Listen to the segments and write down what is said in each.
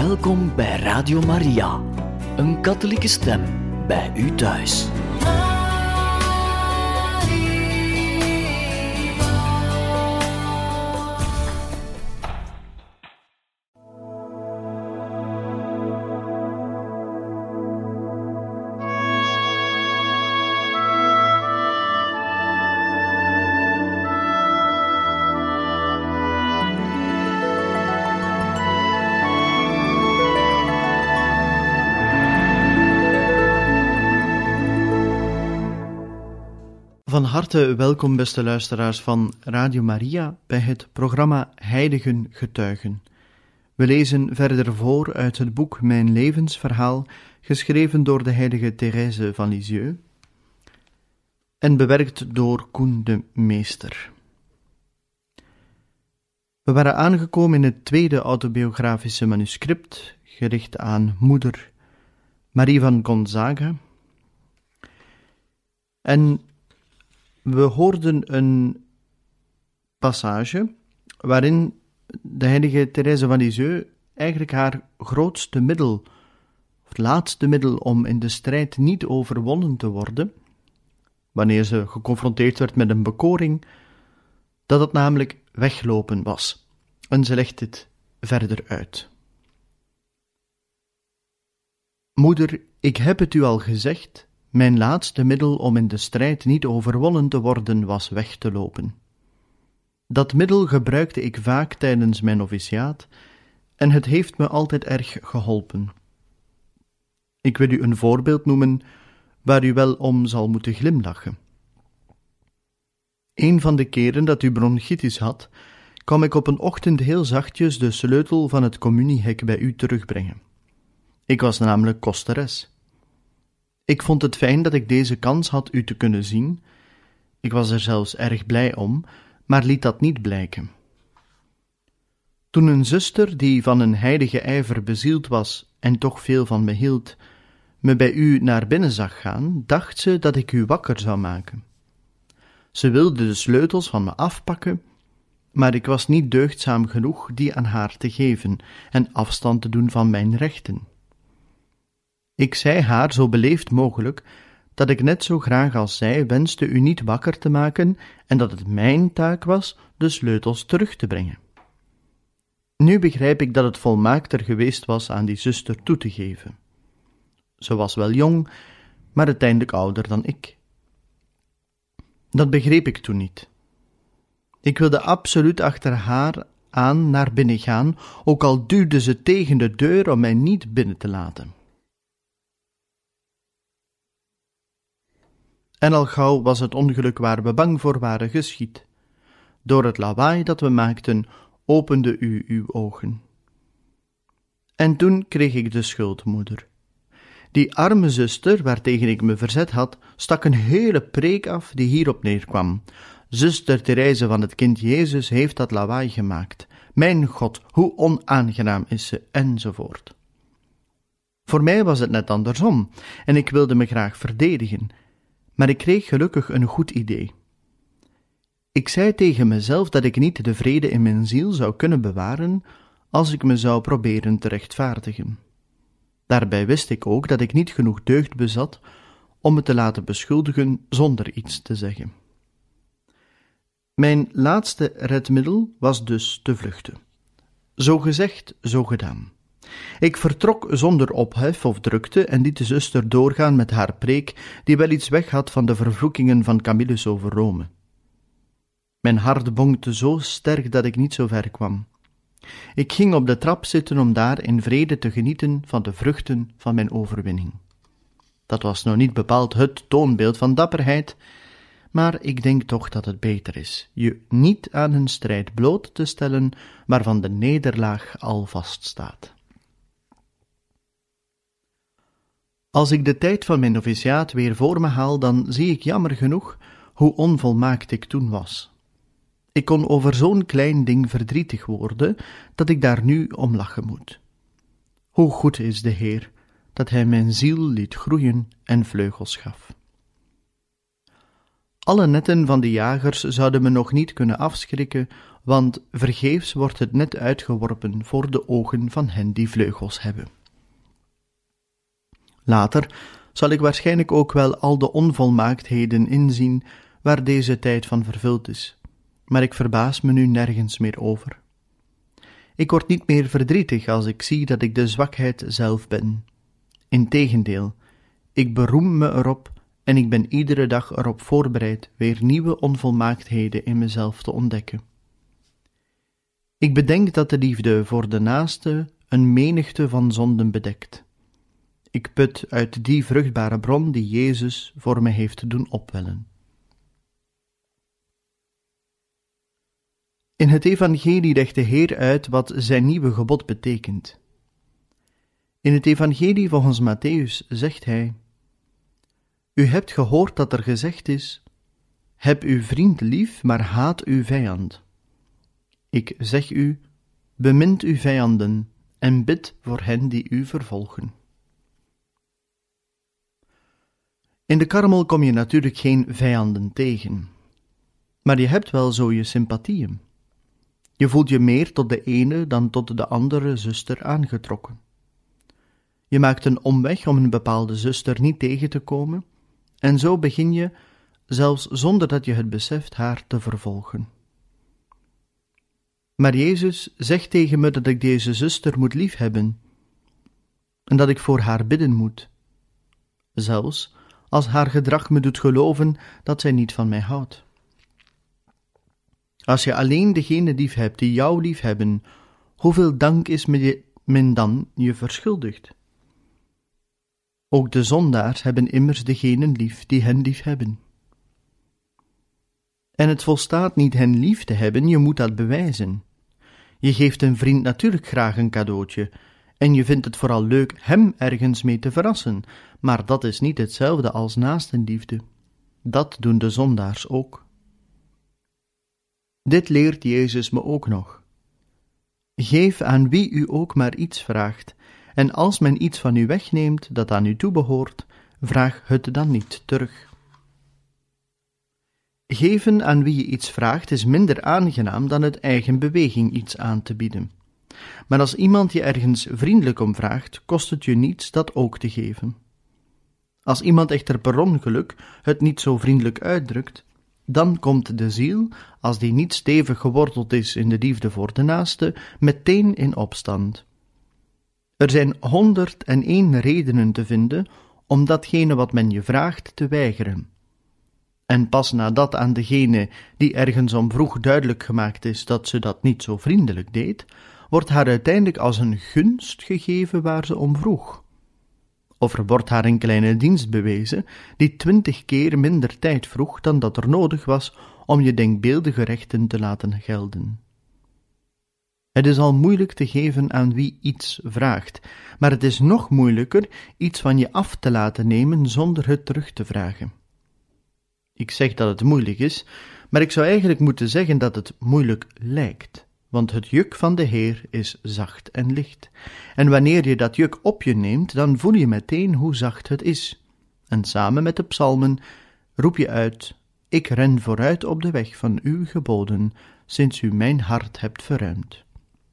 Welkom bij Radio Maria, een katholieke stem bij u thuis. Van harte welkom, beste luisteraars van Radio Maria, bij het programma Heiligen Getuigen. We lezen verder voor uit het boek Mijn levensverhaal, geschreven door de heilige Thérèse van Lisieux en bewerkt door Koen de Meester. We waren aangekomen in het tweede autobiografische manuscript, gericht aan moeder Marie van Gonzaga. En we hoorden een passage waarin de heilige Thérèse van Lisieux eigenlijk haar grootste middel, of het laatste middel om in de strijd niet overwonnen te worden, wanneer ze geconfronteerd werd met een bekoring, dat het namelijk weglopen was. En ze legt dit verder uit. Moeder, ik heb het u al gezegd, mijn laatste middel om in de strijd niet overwonnen te worden was weg te lopen. Dat middel gebruikte ik vaak tijdens mijn noviciaat en het heeft me altijd erg geholpen. Ik wil u een voorbeeld noemen waar u wel om zal moeten glimlachen. Een van de keren dat u bronchitis had, kwam ik op een ochtend heel zachtjes de sleutel van het communiehek bij u terugbrengen. Ik was namelijk kosteres. Ik vond het fijn dat ik deze kans had u te kunnen zien. Ik was er zelfs erg blij om, maar liet dat niet blijken. Toen een zuster, die van een heilige ijver bezield was en toch veel van me hield, me bij u naar binnen zag gaan, dacht ze dat ik u wakker zou maken. Ze wilde de sleutels van me afpakken, maar ik was niet deugdzaam genoeg die aan haar te geven en afstand te doen van mijn rechten. Ik zei haar zo beleefd mogelijk dat ik net zo graag als zij wenste u niet wakker te maken en dat het mijn taak was de sleutels terug te brengen. Nu begrijp ik dat het volmaakter geweest was aan die zuster toe te geven. Ze was wel jong, maar uiteindelijk ouder dan ik. Dat begreep ik toen niet. Ik wilde absoluut achter haar aan naar binnen gaan, ook al duwde ze tegen de deur om mij niet binnen te laten. En al gauw was het ongeluk waar we bang voor waren geschied. Door het lawaai dat we maakten, opende u uw ogen. En toen kreeg ik de schuld, moeder. Die arme zuster, waartegen ik me verzet had, stak een hele preek af die hierop neerkwam. Zuster Thérèse van het kind Jezus heeft dat lawaai gemaakt. Mijn God, hoe onaangenaam is ze, enzovoort. Voor mij was het net andersom, en ik wilde me graag verdedigen. Maar ik kreeg gelukkig een goed idee. Ik zei tegen mezelf dat ik niet de vrede in mijn ziel zou kunnen bewaren als ik me zou proberen te rechtvaardigen. Daarbij wist ik ook dat ik niet genoeg deugd bezat om me te laten beschuldigen zonder iets te zeggen. Mijn laatste redmiddel was dus te vluchten. Zo gezegd, zo gedaan. Ik vertrok zonder ophef of drukte en liet de zuster doorgaan met haar preek, die wel iets weg had van de vervloekingen van Camillus over Rome. Mijn hart bonkte zo sterk dat ik niet zo ver kwam. Ik ging op de trap zitten om daar in vrede te genieten van de vruchten van mijn overwinning. Dat was nou niet bepaald het toonbeeld van dapperheid, maar ik denk toch dat het beter is je niet aan een strijd bloot te stellen waarvan de nederlaag al vaststaat. Als ik de tijd van mijn noviciaat weer voor me haal, dan zie ik jammer genoeg hoe onvolmaakt ik toen was. Ik kon over zo'n klein ding verdrietig worden, dat ik daar nu om lachen moet. Hoe goed is de Heer, dat Hij mijn ziel liet groeien en vleugels gaf. Alle netten van de jagers zouden me nog niet kunnen afschrikken want vergeefs wordt het net uitgeworpen voor de ogen van hen die vleugels hebben. Later zal ik waarschijnlijk ook wel al de onvolmaaktheden inzien waar deze tijd van vervuld is, maar ik verbaas me nu nergens meer over. Ik word niet meer verdrietig als ik zie dat ik de zwakheid zelf ben. Integendeel, ik beroem me erop en ik ben iedere dag erop voorbereid weer nieuwe onvolmaaktheden in mezelf te ontdekken. Ik bedenk dat de liefde voor de naaste een menigte van zonden bedekt. Ik put uit die vruchtbare bron die Jezus voor me heeft doen opwellen. In het evangelie legt de Heer uit wat zijn nieuwe gebod betekent. In het evangelie volgens Mattheüs zegt hij: U hebt gehoord dat er gezegd is: Heb uw vriend lief, maar haat uw vijand. Ik zeg u: Bemint uw vijanden en bid voor hen die u vervolgen. In de Karmel kom je natuurlijk geen vijanden tegen, maar je hebt wel zo je sympathieën. Je voelt je meer tot de ene dan tot de andere zuster aangetrokken. Je maakt een omweg om een bepaalde zuster niet tegen te komen, en zo begin je, zelfs zonder dat je het beseft, haar te vervolgen. Maar Jezus zegt tegen me dat ik deze zuster moet liefhebben, en dat ik voor haar bidden moet, zelfs als haar gedrag me doet geloven dat zij niet van mij houdt. Als je alleen degene lief hebt die jou lief hebben, hoeveel dank is men dan je verschuldigd? Ook de zondaars hebben immers degenen lief die hen lief hebben. En het volstaat niet hen lief te hebben, je moet dat bewijzen. Je geeft een vriend natuurlijk graag een cadeautje, en je vindt het vooral leuk hem ergens mee te verrassen, maar dat is niet hetzelfde als naastenliefde. Dat doen de zondaars ook. Dit leert Jezus me ook nog. Geef aan wie u ook maar iets vraagt, en als men iets van u wegneemt dat aan u toebehoort, vraag het dan niet terug. Geven aan wie je iets vraagt is minder aangenaam dan uit eigen beweging iets aan te bieden. Maar als iemand je ergens vriendelijk om vraagt, kost het je niets dat ook te geven. Als iemand echter per ongeluk het niet zo vriendelijk uitdrukt, dan komt de ziel, als die niet stevig geworteld is in de liefde voor de naaste, meteen in opstand. Er zijn 101 redenen te vinden om datgene wat men je vraagt te weigeren. En pas nadat aan degene die ergens om vroeg duidelijk gemaakt is dat ze dat niet zo vriendelijk deed, wordt haar uiteindelijk als een gunst gegeven waar ze om vroeg. Of er wordt haar een kleine dienst bewezen die 20 keer minder tijd vroeg dan dat er nodig was om je denkbeeldige rechten te laten gelden. Het is al moeilijk te geven aan wie iets vraagt, maar het is nog moeilijker iets van je af te laten nemen zonder het terug te vragen. Ik zeg dat het moeilijk is, maar ik zou eigenlijk moeten zeggen dat het moeilijk lijkt, want het juk van de Heer is zacht en licht. En wanneer je dat juk op je neemt, dan voel je meteen hoe zacht het is. En samen met de psalmen roep je uit: Ik ren vooruit op de weg van uw geboden, sinds u mijn hart hebt verruimd.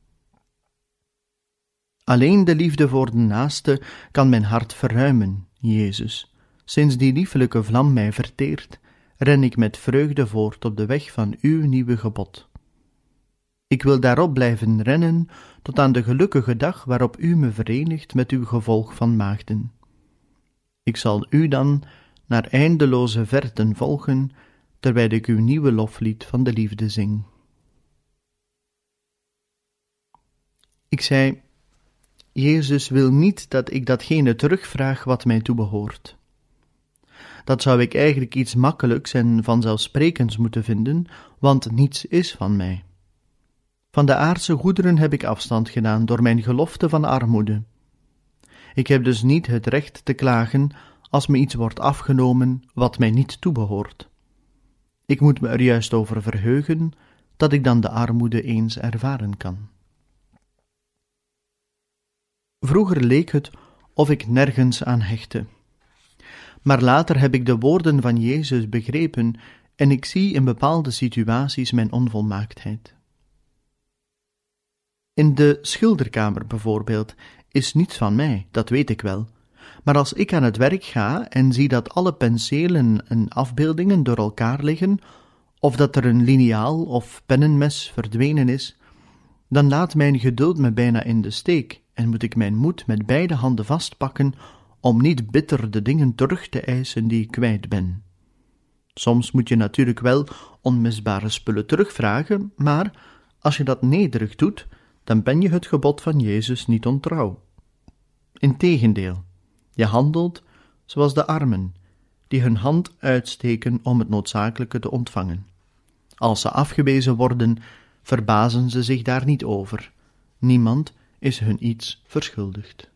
Alleen de liefde voor de naaste kan mijn hart verruimen, Jezus. Sinds die liefelijke vlam mij verteert, ren ik met vreugde voort op de weg van uw nieuwe gebod. Ik wil daarop blijven rennen tot aan de gelukkige dag waarop u me verenigt met uw gevolg van maagden. Ik zal u dan naar eindeloze verten volgen, terwijl ik uw nieuwe loflied van de liefde zing. Ik zei: Jezus wil niet dat ik datgene terugvraag wat mij toebehoort. Dat zou ik eigenlijk iets makkelijks en vanzelfsprekends moeten vinden, want niets is van mij. Van de aardse goederen heb ik afstand gedaan door mijn gelofte van armoede. Ik heb dus niet het recht te klagen als me iets wordt afgenomen wat mij niet toebehoort. Ik moet me er juist over verheugen dat ik dan de armoede eens ervaren kan. Vroeger leek het of ik nergens aan hechtte. Maar later heb ik de woorden van Jezus begrepen en ik zie in bepaalde situaties mijn onvolmaaktheid. In de schilderkamer bijvoorbeeld is niets van mij, dat weet ik wel. Maar als ik aan het werk ga en zie dat alle penselen en afbeeldingen door elkaar liggen, of dat er een liniaal of pennenmes verdwenen is, dan laat mijn geduld me bijna in de steek en moet ik mijn moed met beide handen vastpakken om niet bitter de dingen terug te eisen die ik kwijt ben. Soms moet je natuurlijk wel onmisbare spullen terugvragen, maar als je dat nederig doet, dan ben je het gebod van Jezus niet ontrouw. Integendeel, je handelt zoals de armen, die hun hand uitsteken om het noodzakelijke te ontvangen. Als ze afgewezen worden, verbazen ze zich daar niet over. Niemand is hun iets verschuldigd.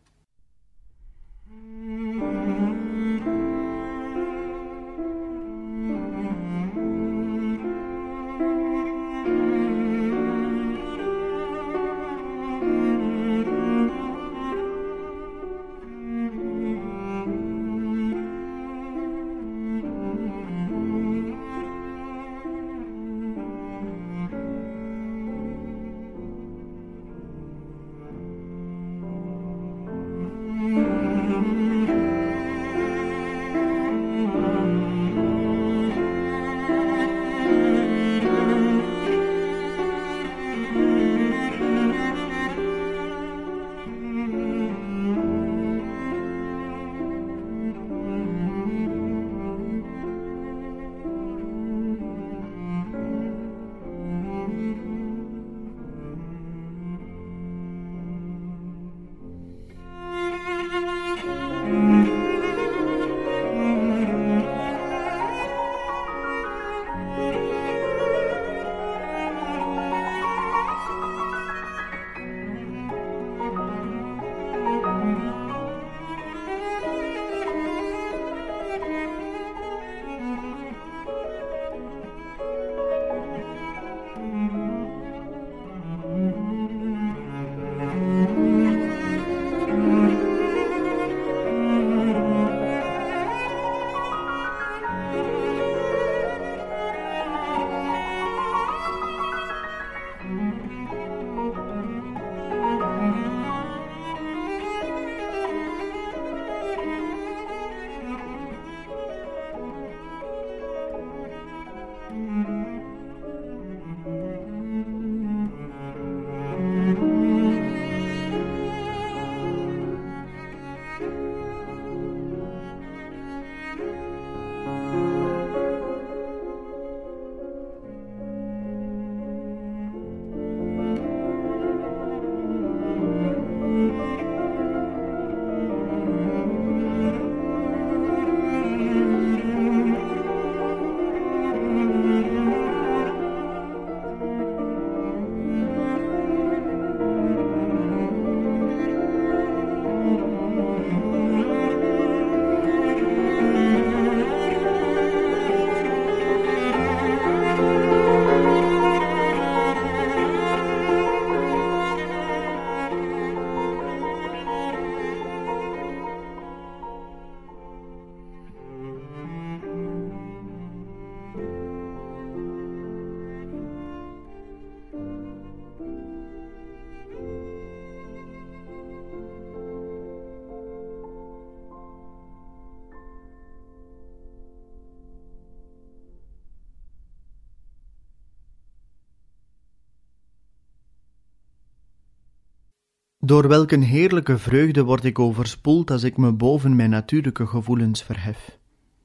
Door welk een heerlijke vreugde word ik overspoeld als ik me boven mijn natuurlijke gevoelens verhef.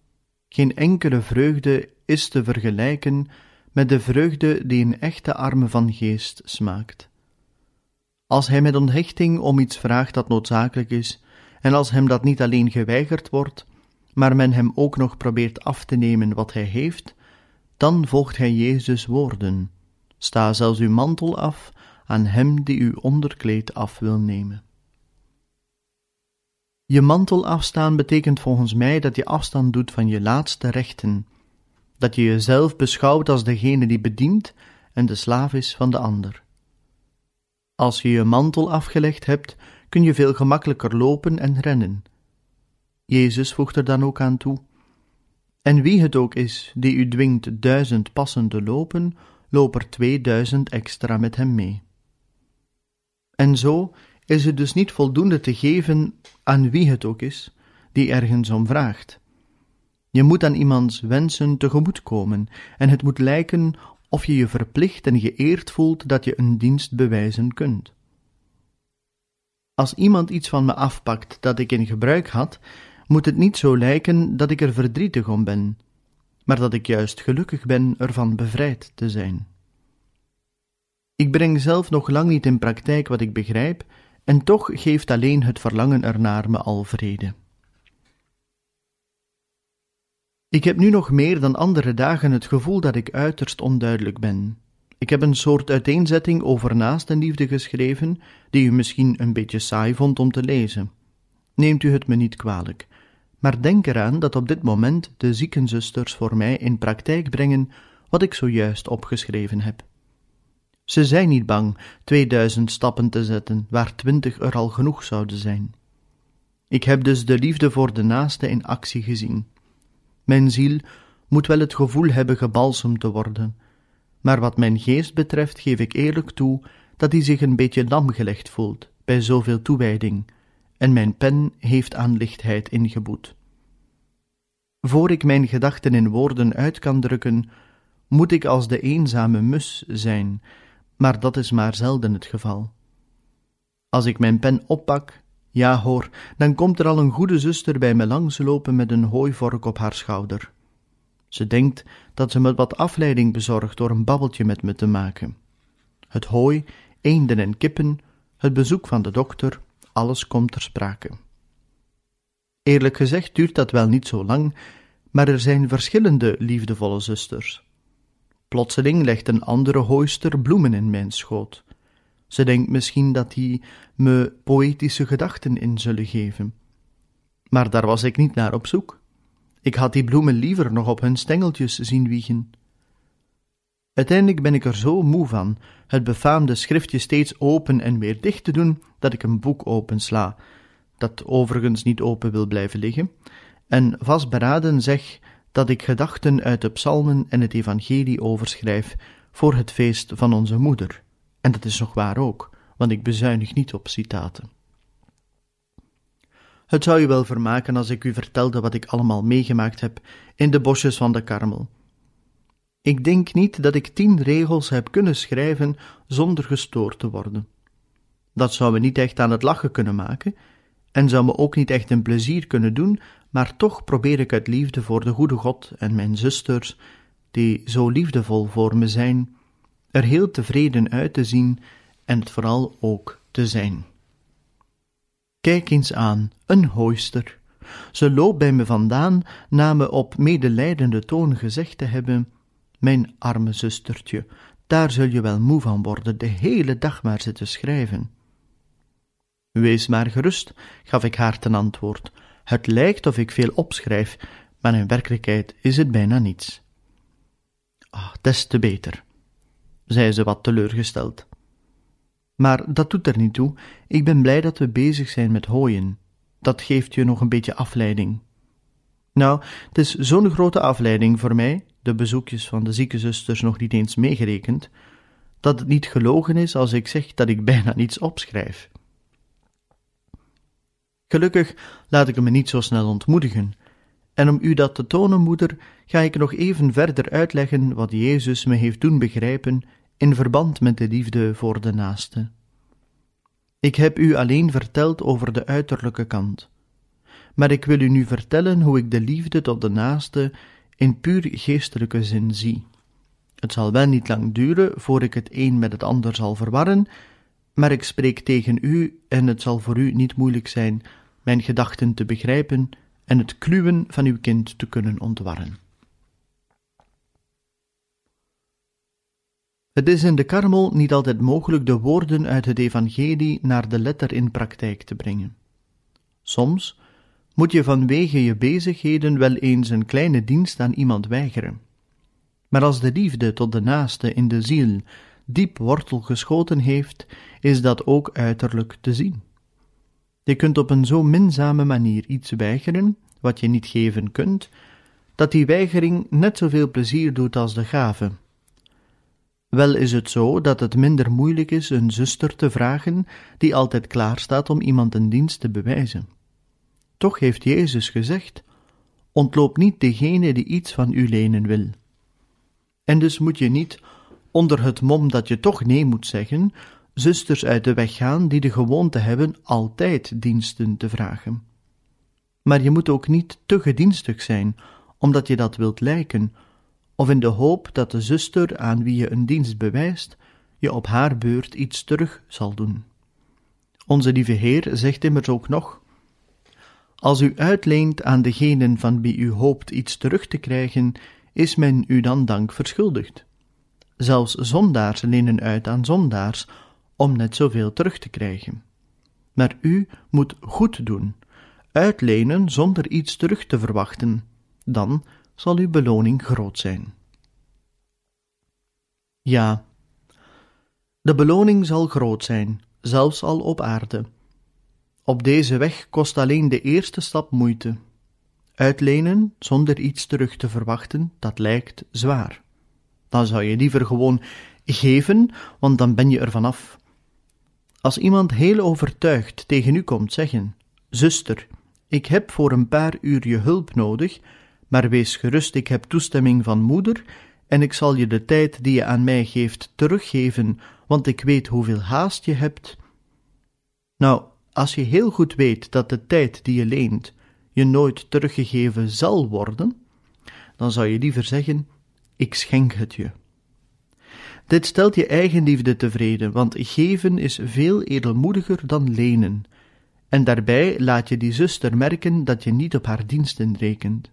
Geen enkele vreugde is te vergelijken met de vreugde die een echte arme van geest smaakt. Als hij met onthechting om iets vraagt dat noodzakelijk is, en als hem dat niet alleen geweigerd wordt, maar men hem ook nog probeert af te nemen wat hij heeft, dan volgt hij Jezus' woorden: sta zelfs uw mantel af aan hem die uw onderkleed af wil nemen. Je mantel afstaan betekent volgens mij dat je afstand doet van je laatste rechten, dat je jezelf beschouwt als degene die bedient en de slaaf is van de ander. Als je je mantel afgelegd hebt, kun je veel gemakkelijker lopen en rennen. Jezus voegt er dan ook aan toe: en wie het ook is die u dwingt 1000 passen te lopen, loop er 2000 extra met hem mee. En zo is het dus niet voldoende te geven aan wie het ook is, die ergens om vraagt. Je moet aan iemands wensen tegemoetkomen en het moet lijken of je je verplicht en geëerd voelt dat je een dienst bewijzen kunt. Als iemand iets van me afpakt dat ik in gebruik had, moet het niet zo lijken dat ik er verdrietig om ben, maar dat ik juist gelukkig ben ervan bevrijd te zijn. Ik breng zelf nog lang niet in praktijk wat ik begrijp, en toch geeft alleen het verlangen ernaar me al vrede. Ik heb nu nog meer dan andere dagen het gevoel dat ik uiterst onduidelijk ben. Ik heb een soort uiteenzetting over naastenliefde geschreven, die u misschien een beetje saai vond om te lezen. Neemt u het me niet kwalijk, maar denk eraan dat op dit moment de ziekenzusters voor mij in praktijk brengen wat ik zojuist opgeschreven heb. Ze zijn niet bang 2000 stappen te zetten, waar 20 er al genoeg zouden zijn. Ik heb dus de liefde voor de naaste in actie gezien. Mijn ziel moet wel het gevoel hebben gebalsemd te worden, maar wat mijn geest betreft geef ik eerlijk toe dat hij zich een beetje lam gelegd voelt bij zoveel toewijding, en mijn pen heeft aan lichtheid ingeboet. Voor ik mijn gedachten in woorden uit kan drukken, moet ik als de eenzame mus zijn, maar dat is maar zelden het geval. Als ik mijn pen oppak, ja hoor, dan komt er al een goede zuster bij me langslopen met een hooivork op haar schouder. Ze denkt dat ze me wat afleiding bezorgt door een babbeltje met me te maken. Het hooi, eenden en kippen, het bezoek van de dokter, alles komt ter sprake. Eerlijk gezegd duurt dat wel niet zo lang, maar er zijn verschillende liefdevolle zusters. Plotseling legt een andere hooister bloemen in mijn schoot. Ze denkt misschien dat die me poëtische gedachten in zullen geven. Maar daar was ik niet naar op zoek. Ik had die bloemen liever nog op hun stengeltjes zien wiegen. Uiteindelijk ben ik er zo moe van, het befaamde schriftje steeds open en weer dicht te doen, dat ik een boek opensla, dat overigens niet open wil blijven liggen, en vastberaden zeg dat ik gedachten uit de psalmen en het evangelie overschrijf voor het feest van onze moeder. En dat is nog waar ook, want ik bezuinig niet op citaten. Het zou u wel vermaken als ik u vertelde wat ik allemaal meegemaakt heb in de bosjes van de Karmel. Ik denk niet dat ik 10 regels heb kunnen schrijven zonder gestoord te worden. Dat zou me niet echt aan het lachen kunnen maken, en zou me ook niet echt een plezier kunnen doen, maar toch probeer ik uit liefde voor de goede God en mijn zusters, die zo liefdevol voor me zijn, er heel tevreden uit te zien en het vooral ook te zijn. Kijk eens aan, een hooister. Ze loopt bij me vandaan na me op medelijdende toon gezegd te hebben: mijn arme zustertje, daar zul je wel moe van worden, de hele dag maar zitten schrijven. Wees maar gerust, gaf ik haar ten antwoord. Het lijkt of ik veel opschrijf, maar in werkelijkheid is het bijna niets. Des te beter, zei ze wat teleurgesteld. Maar dat doet er niet toe, ik ben blij dat we bezig zijn met hooien. Dat geeft je nog een beetje afleiding. Nou, het is zo'n grote afleiding voor mij, de bezoekjes van de ziekenzusters nog niet eens meegerekend, dat het niet gelogen is als ik zeg dat ik bijna niets opschrijf. Gelukkig laat ik me niet zo snel ontmoedigen, en om u dat te tonen, moeder, ga ik nog even verder uitleggen wat Jezus me heeft doen begrijpen in verband met de liefde voor de naaste. Ik heb u alleen verteld over de uiterlijke kant, maar ik wil u nu vertellen hoe ik de liefde tot de naaste in puur geestelijke zin zie. Het zal wel niet lang duren voor ik het een met het ander zal verwarren, maar ik spreek tegen u en het zal voor u niet moeilijk zijn mijn gedachten te begrijpen en het kluwen van uw kind te kunnen ontwarren. Het is in de Karmel niet altijd mogelijk de woorden uit het evangelie naar de letter in praktijk te brengen. Soms moet je vanwege je bezigheden wel eens een kleine dienst aan iemand weigeren. Maar als de liefde tot de naaste in de ziel diep wortel geschoten heeft, is dat ook uiterlijk te zien. Je kunt op een zo minzame manier iets weigeren, wat je niet geven kunt, dat die weigering net zoveel plezier doet als de gave. Wel is het zo dat het minder moeilijk is een zuster te vragen die altijd klaar staat om iemand een dienst te bewijzen. Toch heeft Jezus gezegd: ontloop niet degene die iets van u lenen wil. En dus moet je niet, onder het mom dat je toch nee moet zeggen, zusters uit de weg gaan die de gewoonte hebben altijd diensten te vragen. Maar je moet ook niet te gedienstig zijn, omdat je dat wilt lijken, of in de hoop dat de zuster aan wie je een dienst bewijst, je op haar beurt iets terug zal doen. Onze lieve Heer zegt immers ook nog: als u uitleent aan degenen van wie u hoopt iets terug te krijgen, is men u dan dank verschuldigd. Zelfs zondaars lenen uit aan zondaars, om net zoveel terug te krijgen. Maar u moet goed doen, uitlenen zonder iets terug te verwachten, dan zal uw beloning groot zijn. Ja, de beloning zal groot zijn, zelfs al op aarde. Op deze weg kost alleen de eerste stap moeite. Uitlenen zonder iets terug te verwachten, dat lijkt zwaar. Dan zou je liever gewoon geven, want dan ben je er vanaf. Als iemand heel overtuigd tegen u komt zeggen: zuster, ik heb voor een paar uur je hulp nodig, maar wees gerust, ik heb toestemming van moeder en ik zal je de tijd die je aan mij geeft teruggeven, want ik weet hoeveel haast je hebt. Nou, als je heel goed weet dat de tijd die je leent je nooit teruggegeven zal worden, dan zou je liever zeggen: ik schenk het je. Dit stelt je eigenliefde tevreden, want geven is veel edelmoediger dan lenen, en daarbij laat je die zuster merken dat je niet op haar diensten rekent.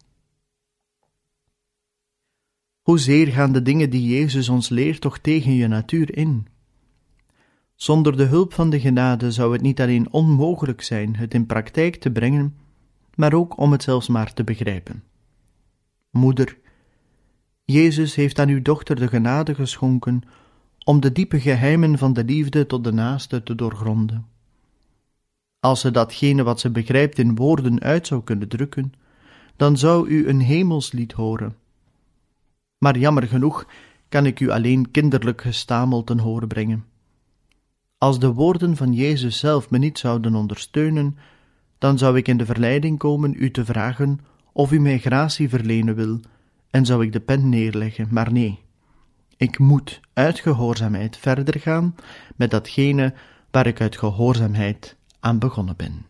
Hoezeer gaan de dingen die Jezus ons leert toch tegen je natuur in? Zonder de hulp van de genade zou het niet alleen onmogelijk zijn het in praktijk te brengen, maar ook om het zelfs maar te begrijpen. Moeder, Jezus heeft aan uw dochter de genade geschonken om de diepe geheimen van de liefde tot de naaste te doorgronden. Als ze datgene wat ze begrijpt in woorden uit zou kunnen drukken, dan zou u een hemelslied horen. Maar jammer genoeg kan ik u alleen kinderlijk gestamel ten horen brengen. Als de woorden van Jezus zelf me niet zouden ondersteunen, dan zou ik in de verleiding komen u te vragen of u mij gratie verlenen wil, en zou ik de pen neerleggen, maar nee. Ik moet uit gehoorzaamheid verder gaan met datgene waar ik uit gehoorzaamheid aan begonnen ben.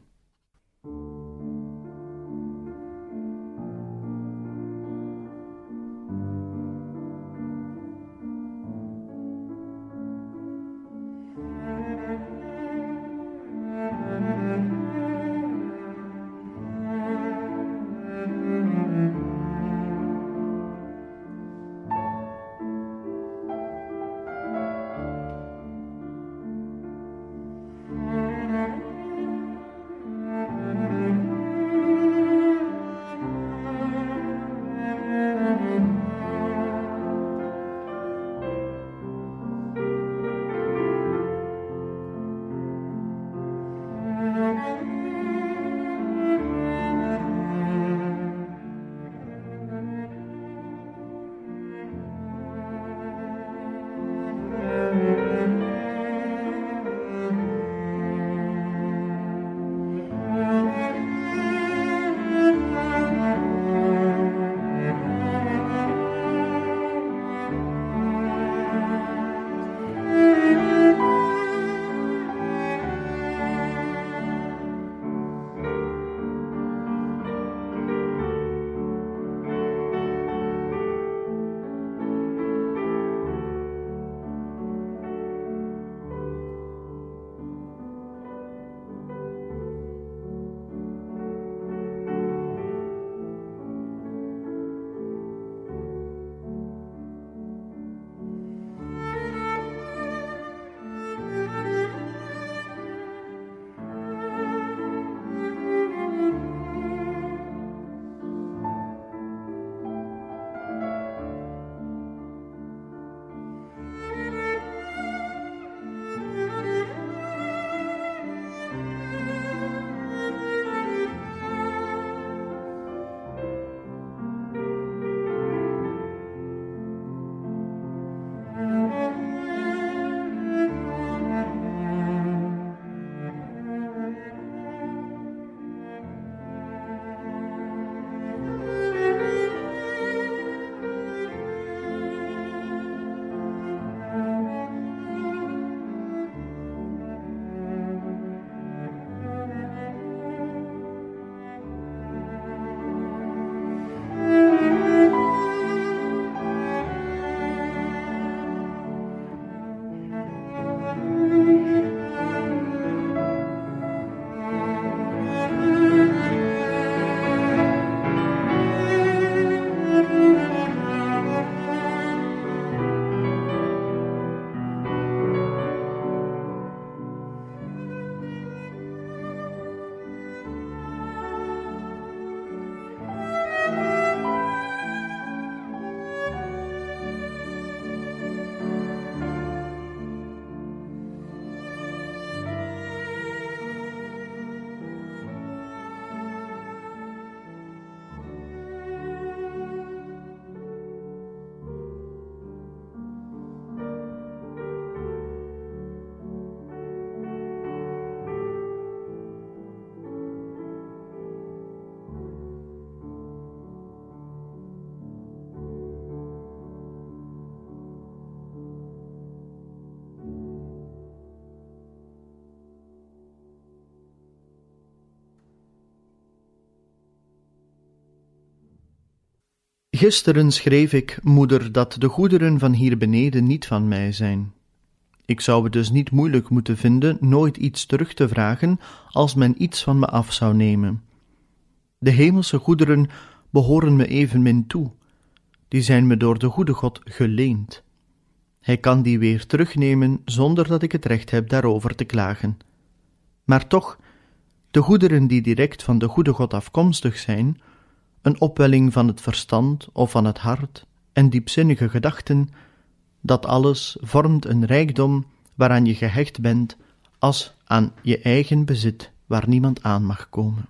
Gisteren schreef ik, moeder, dat de goederen van hier beneden niet van mij zijn. Ik zou het dus niet moeilijk moeten vinden nooit iets terug te vragen als men iets van me af zou nemen. De hemelse goederen behoren me evenmin toe. Die zijn me door de goede God geleend. Hij kan die weer terugnemen zonder dat ik het recht heb daarover te klagen. Maar toch, de goederen die direct van de goede God afkomstig zijn, een opwelling van het verstand of van het hart en diepzinnige gedachten, dat alles vormt een rijkdom waaraan je gehecht bent als aan je eigen bezit waar niemand aan mag komen.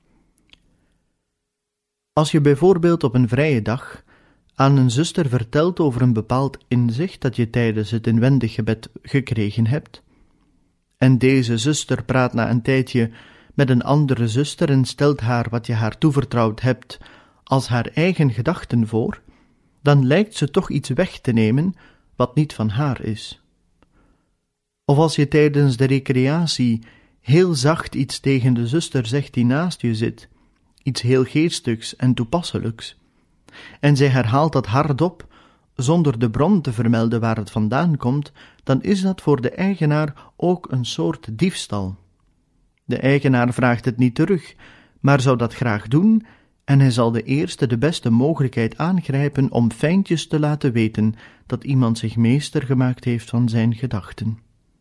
Als je bijvoorbeeld op een vrije dag aan een zuster vertelt over een bepaald inzicht dat je tijdens het inwendig gebed gekregen hebt, en deze zuster praat na een tijdje met een andere zuster en stelt haar wat je haar toevertrouwd hebt als haar eigen gedachten voor, dan lijkt ze toch iets weg te nemen wat niet van haar is. Of als je tijdens de recreatie heel zacht iets tegen de zuster zegt die naast je zit, iets heel geestigs en toepasselijks, en zij herhaalt dat hardop, zonder de bron te vermelden waar het vandaan komt, dan is dat voor de eigenaar ook een soort diefstal. De eigenaar vraagt het niet terug, maar zou dat graag doen, en hij zal de beste mogelijkheid aangrijpen om fijntjes te laten weten dat iemand zich meester gemaakt heeft van zijn gedachten.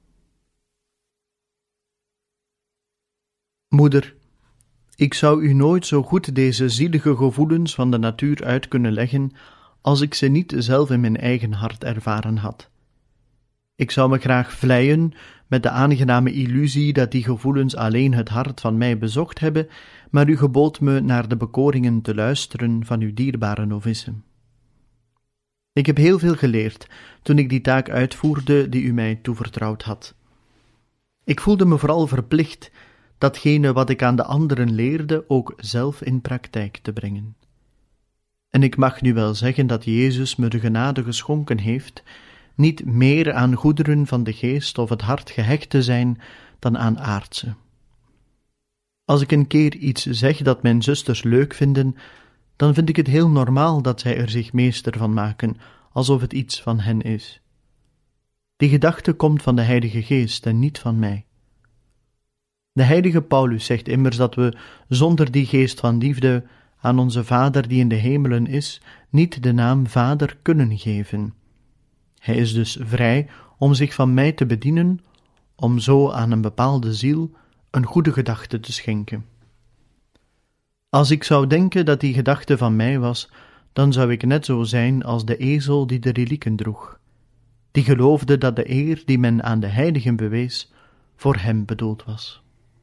Moeder, ik zou u nooit zo goed deze zielige gevoelens van de natuur uit kunnen leggen, als ik ze niet zelf in mijn eigen hart ervaren had. Ik zou me graag vleien met de aangename illusie dat die gevoelens alleen het hart van mij bezocht hebben, maar u gebood me naar de bekoringen te luisteren van uw dierbare novice. Ik heb heel veel geleerd toen ik die taak uitvoerde die u mij toevertrouwd had. Ik voelde me vooral verplicht datgene wat ik aan de anderen leerde ook zelf in praktijk te brengen. En ik mag nu wel zeggen dat Jezus me de genade geschonken heeft niet meer aan goederen van de geest of het hart gehecht te zijn dan aan aardse. Als ik een keer iets zeg dat mijn zusters leuk vinden, dan vind ik het heel normaal dat zij er zich meester van maken, alsof het iets van hen is. Die gedachte komt van de Heilige Geest en niet van mij. De heilige Paulus zegt immers dat we zonder die geest van liefde aan onze Vader die in de hemelen is, niet de naam Vader kunnen geven. Hij is dus vrij om zich van mij te bedienen, om zo aan een bepaalde ziel een goede gedachte te schenken. Als ik zou denken dat die gedachte van mij was, dan zou ik net zo zijn als de ezel die de relieken droeg. Die geloofde dat de eer die men aan de heiligen bewees, voor hem bedoeld was.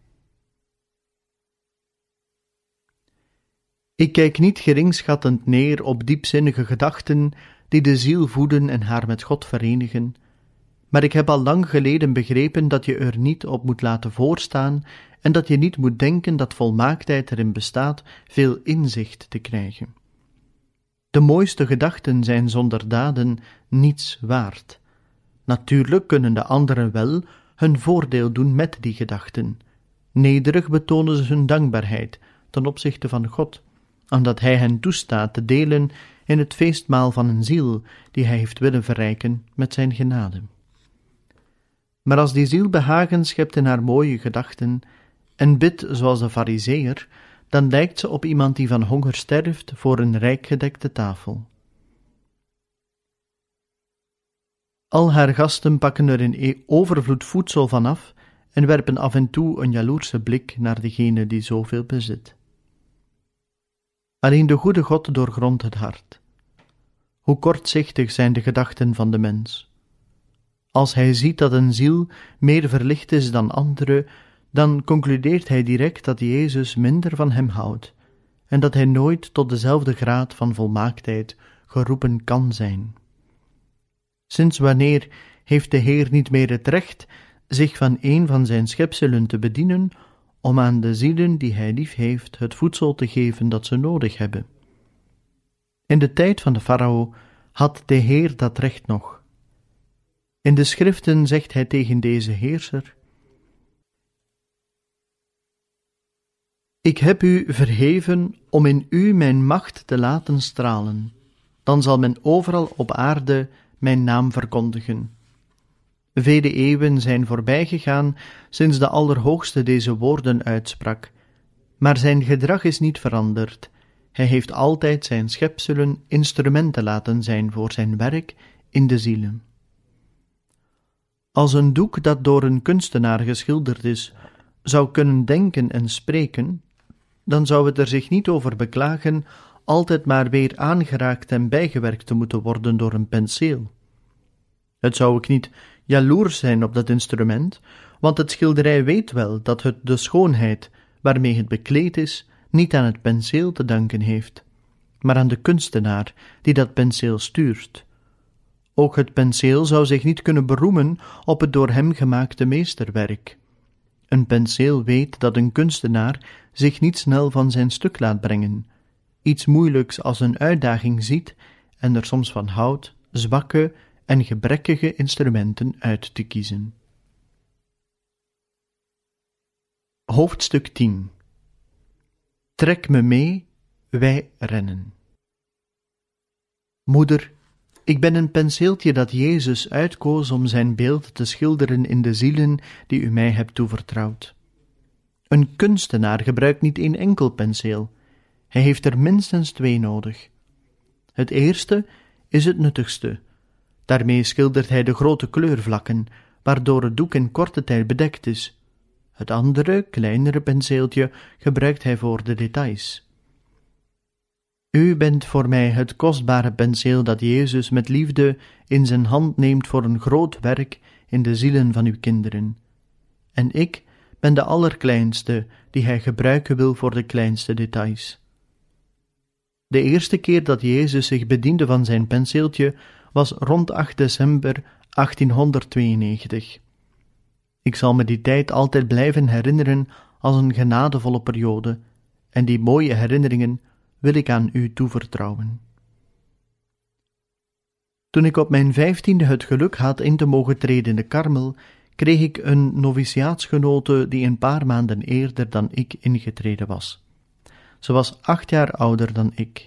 Ik kijk niet geringschattend neer op diepzinnige gedachten die de ziel voeden en haar met God verenigen, maar ik heb al lang geleden begrepen dat je er niet op moet laten voorstaan en dat je niet moet denken dat volmaaktheid erin bestaat veel inzicht te krijgen. De mooiste gedachten zijn zonder daden niets waard. Natuurlijk kunnen de anderen wel hun voordeel doen met die gedachten. Nederig betonen ze hun dankbaarheid ten opzichte van God, omdat Hij hen toestaat te delen in het feestmaal van een ziel die Hij heeft willen verrijken met zijn genade. Maar als die ziel behagen schept in haar mooie gedachten en bidt zoals de Farizeeër, dan lijkt ze op iemand die van honger sterft voor een rijk gedekte tafel. Al haar gasten pakken er in overvloed voedsel van af en werpen af en toe een jaloerse blik naar degene die zoveel bezit. Alleen de goede God doorgrondt het hart. Hoe kortzichtig zijn de gedachten van de mens. Als hij ziet dat een ziel meer verlicht is dan andere, dan concludeert hij direct dat Jezus minder van hem houdt en dat hij nooit tot dezelfde graad van volmaaktheid geroepen kan zijn. Sinds wanneer heeft de Heer niet meer het recht zich van een van zijn schepselen te bedienen om aan de zielen die hij lief heeft het voedsel te geven dat ze nodig hebben? In de tijd van de farao had de Heer dat recht nog. In de schriften zegt hij tegen deze heerser: Ik heb u verheven om in u mijn macht te laten stralen. Dan zal men overal op aarde mijn naam verkondigen. Vele eeuwen zijn voorbijgegaan sinds de Allerhoogste deze woorden uitsprak, maar zijn gedrag is niet veranderd. Hij heeft altijd zijn schepselen instrumenten laten zijn voor zijn werk in de zielen. Als een doek dat door een kunstenaar geschilderd is, zou kunnen denken en spreken, dan zou het er zich niet over beklagen altijd maar weer aangeraakt en bijgewerkt te moeten worden door een penseel. Het zou ook niet jaloers zijn op dat instrument, want het schilderij weet wel dat het de schoonheid waarmee het bekleed is niet aan het penseel te danken heeft, maar aan de kunstenaar die dat penseel stuurt. Ook het penseel zou zich niet kunnen beroemen op het door hem gemaakte meesterwerk. Een penseel weet dat een kunstenaar zich niet snel van zijn stuk laat brengen, iets moeilijks als een uitdaging ziet en er soms van houdt zwakke en gebrekkige instrumenten uit te kiezen. Hoofdstuk 10. Trek me mee, wij rennen. Moeder, ik ben een penseeltje dat Jezus uitkoos om zijn beeld te schilderen in de zielen die u mij hebt toevertrouwd. Een kunstenaar gebruikt niet één enkel penseel, hij heeft er minstens 2 nodig. Het eerste is het nuttigste. Daarmee schildert hij de grote kleurvlakken, waardoor het doek in korte tijd bedekt is. Het andere, kleinere penseeltje gebruikt hij voor de details. U bent voor mij het kostbare penseel dat Jezus met liefde in zijn hand neemt voor een groot werk in de zielen van uw kinderen. En ik ben de allerkleinste die hij gebruiken wil voor de kleinste details. De eerste keer dat Jezus zich bediende van zijn penseeltje was rond 8 december 1892. Ik zal me die tijd altijd blijven herinneren als een genadevolle periode, en die mooie herinneringen wil ik aan u toevertrouwen. Toen ik op mijn 15e het geluk had in te mogen treden in de Karmel, kreeg ik een noviciaatsgenote die een paar maanden eerder dan ik ingetreden was. Ze was 8 jaar ouder dan ik.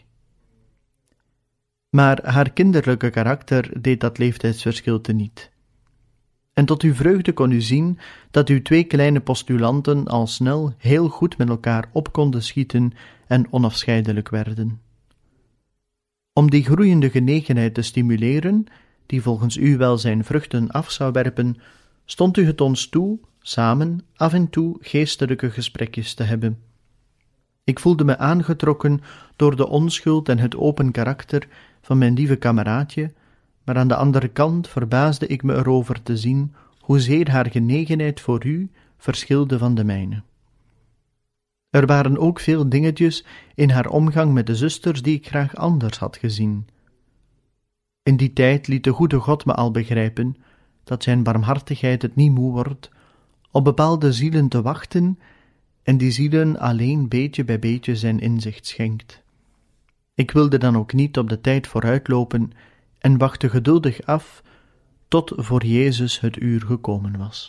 Maar haar kinderlijke karakter deed dat leeftijdsverschil teniet. En tot uw vreugde kon u zien dat uw 2 kleine postulanten al snel heel goed met elkaar op konden schieten en onafscheidelijk werden. Om die groeiende genegenheid te stimuleren, die volgens u wel zijn vruchten af zou werpen, stond u het ons toe samen af en toe geestelijke gesprekjes te hebben. Ik voelde me aangetrokken door de onschuld en het open karakter van mijn lieve kameraadje, maar aan de andere kant verbaasde ik me erover te zien hoezeer haar genegenheid voor u verschilde van de mijne. Er waren ook veel dingetjes in haar omgang met de zusters die ik graag anders had gezien. In die tijd liet de goede God me al begrijpen dat zijn barmhartigheid het niet moe wordt op bepaalde zielen te wachten en die zielen alleen beetje bij beetje zijn inzicht schenkt. Ik wilde dan ook niet op de tijd vooruitlopen en wachtte geduldig af tot voor Jezus het uur gekomen was.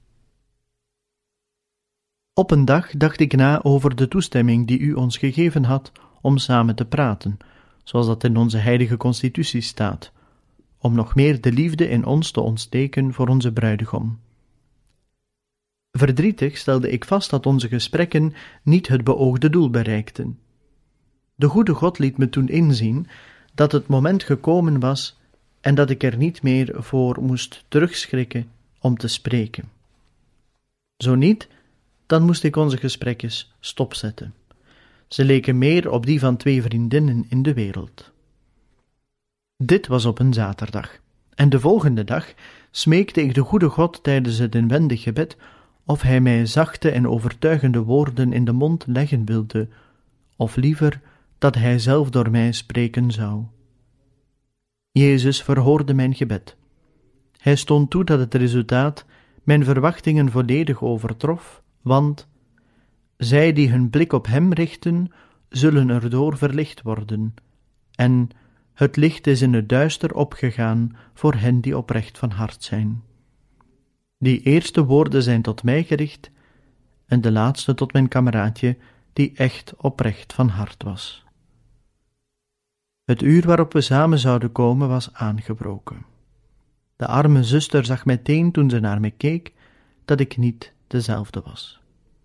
Op een dag dacht ik na over de toestemming die u ons gegeven had om samen te praten, zoals dat in onze heilige constitutie staat, om nog meer de liefde in ons te ontsteken voor onze bruidegom. Verdrietig stelde ik vast dat onze gesprekken niet het beoogde doel bereikten. De goede God liet me toen inzien dat het moment gekomen was en dat ik er niet meer voor moest terugschrikken om te spreken. Zo niet, dan moest ik onze gesprekjes stopzetten. Ze leken meer op die van 2 vriendinnen in de wereld. Dit was op een zaterdag, en de volgende dag smeekte ik de goede God tijdens het inwendig gebed of hij mij zachte en overtuigende woorden in de mond leggen wilde, of liever dat hij zelf door mij spreken zou. Jezus verhoorde mijn gebed. Hij stond toe dat het resultaat mijn verwachtingen volledig overtrof, want zij die hun blik op hem richten, zullen erdoor verlicht worden, en het licht is in het duister opgegaan voor hen die oprecht van hart zijn. Die eerste woorden zijn tot mij gericht, en de laatste tot mijn kameraadje, die echt oprecht van hart was. Het uur waarop we samen zouden komen was aangebroken. De arme zuster zag meteen toen ze naar me keek dat ik niet dezelfde was.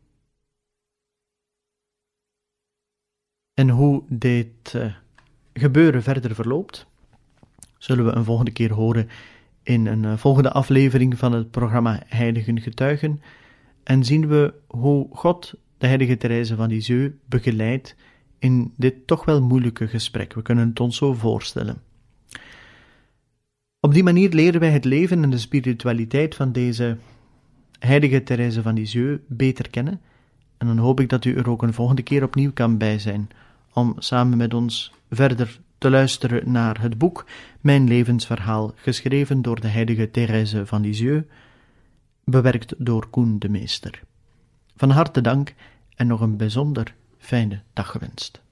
En hoe dit gebeuren verder verloopt, zullen we een volgende keer horen in een volgende aflevering van het programma Heiligen Getuigen, en zien we hoe God de heilige Therese van Lisieux begeleidt in dit toch wel moeilijke gesprek. We kunnen het ons zo voorstellen. Op die manier leren wij het leven en de spiritualiteit van deze heilige Therese van Lisieux beter kennen, en dan hoop ik dat u er ook een volgende keer opnieuw kan bij zijn, om samen met ons verder te luisteren naar het boek Mijn levensverhaal, geschreven door de heilige Therese van Lisieux, bewerkt door Koen de Meester. Van harte dank en nog een bijzonder fijne dag gewenst.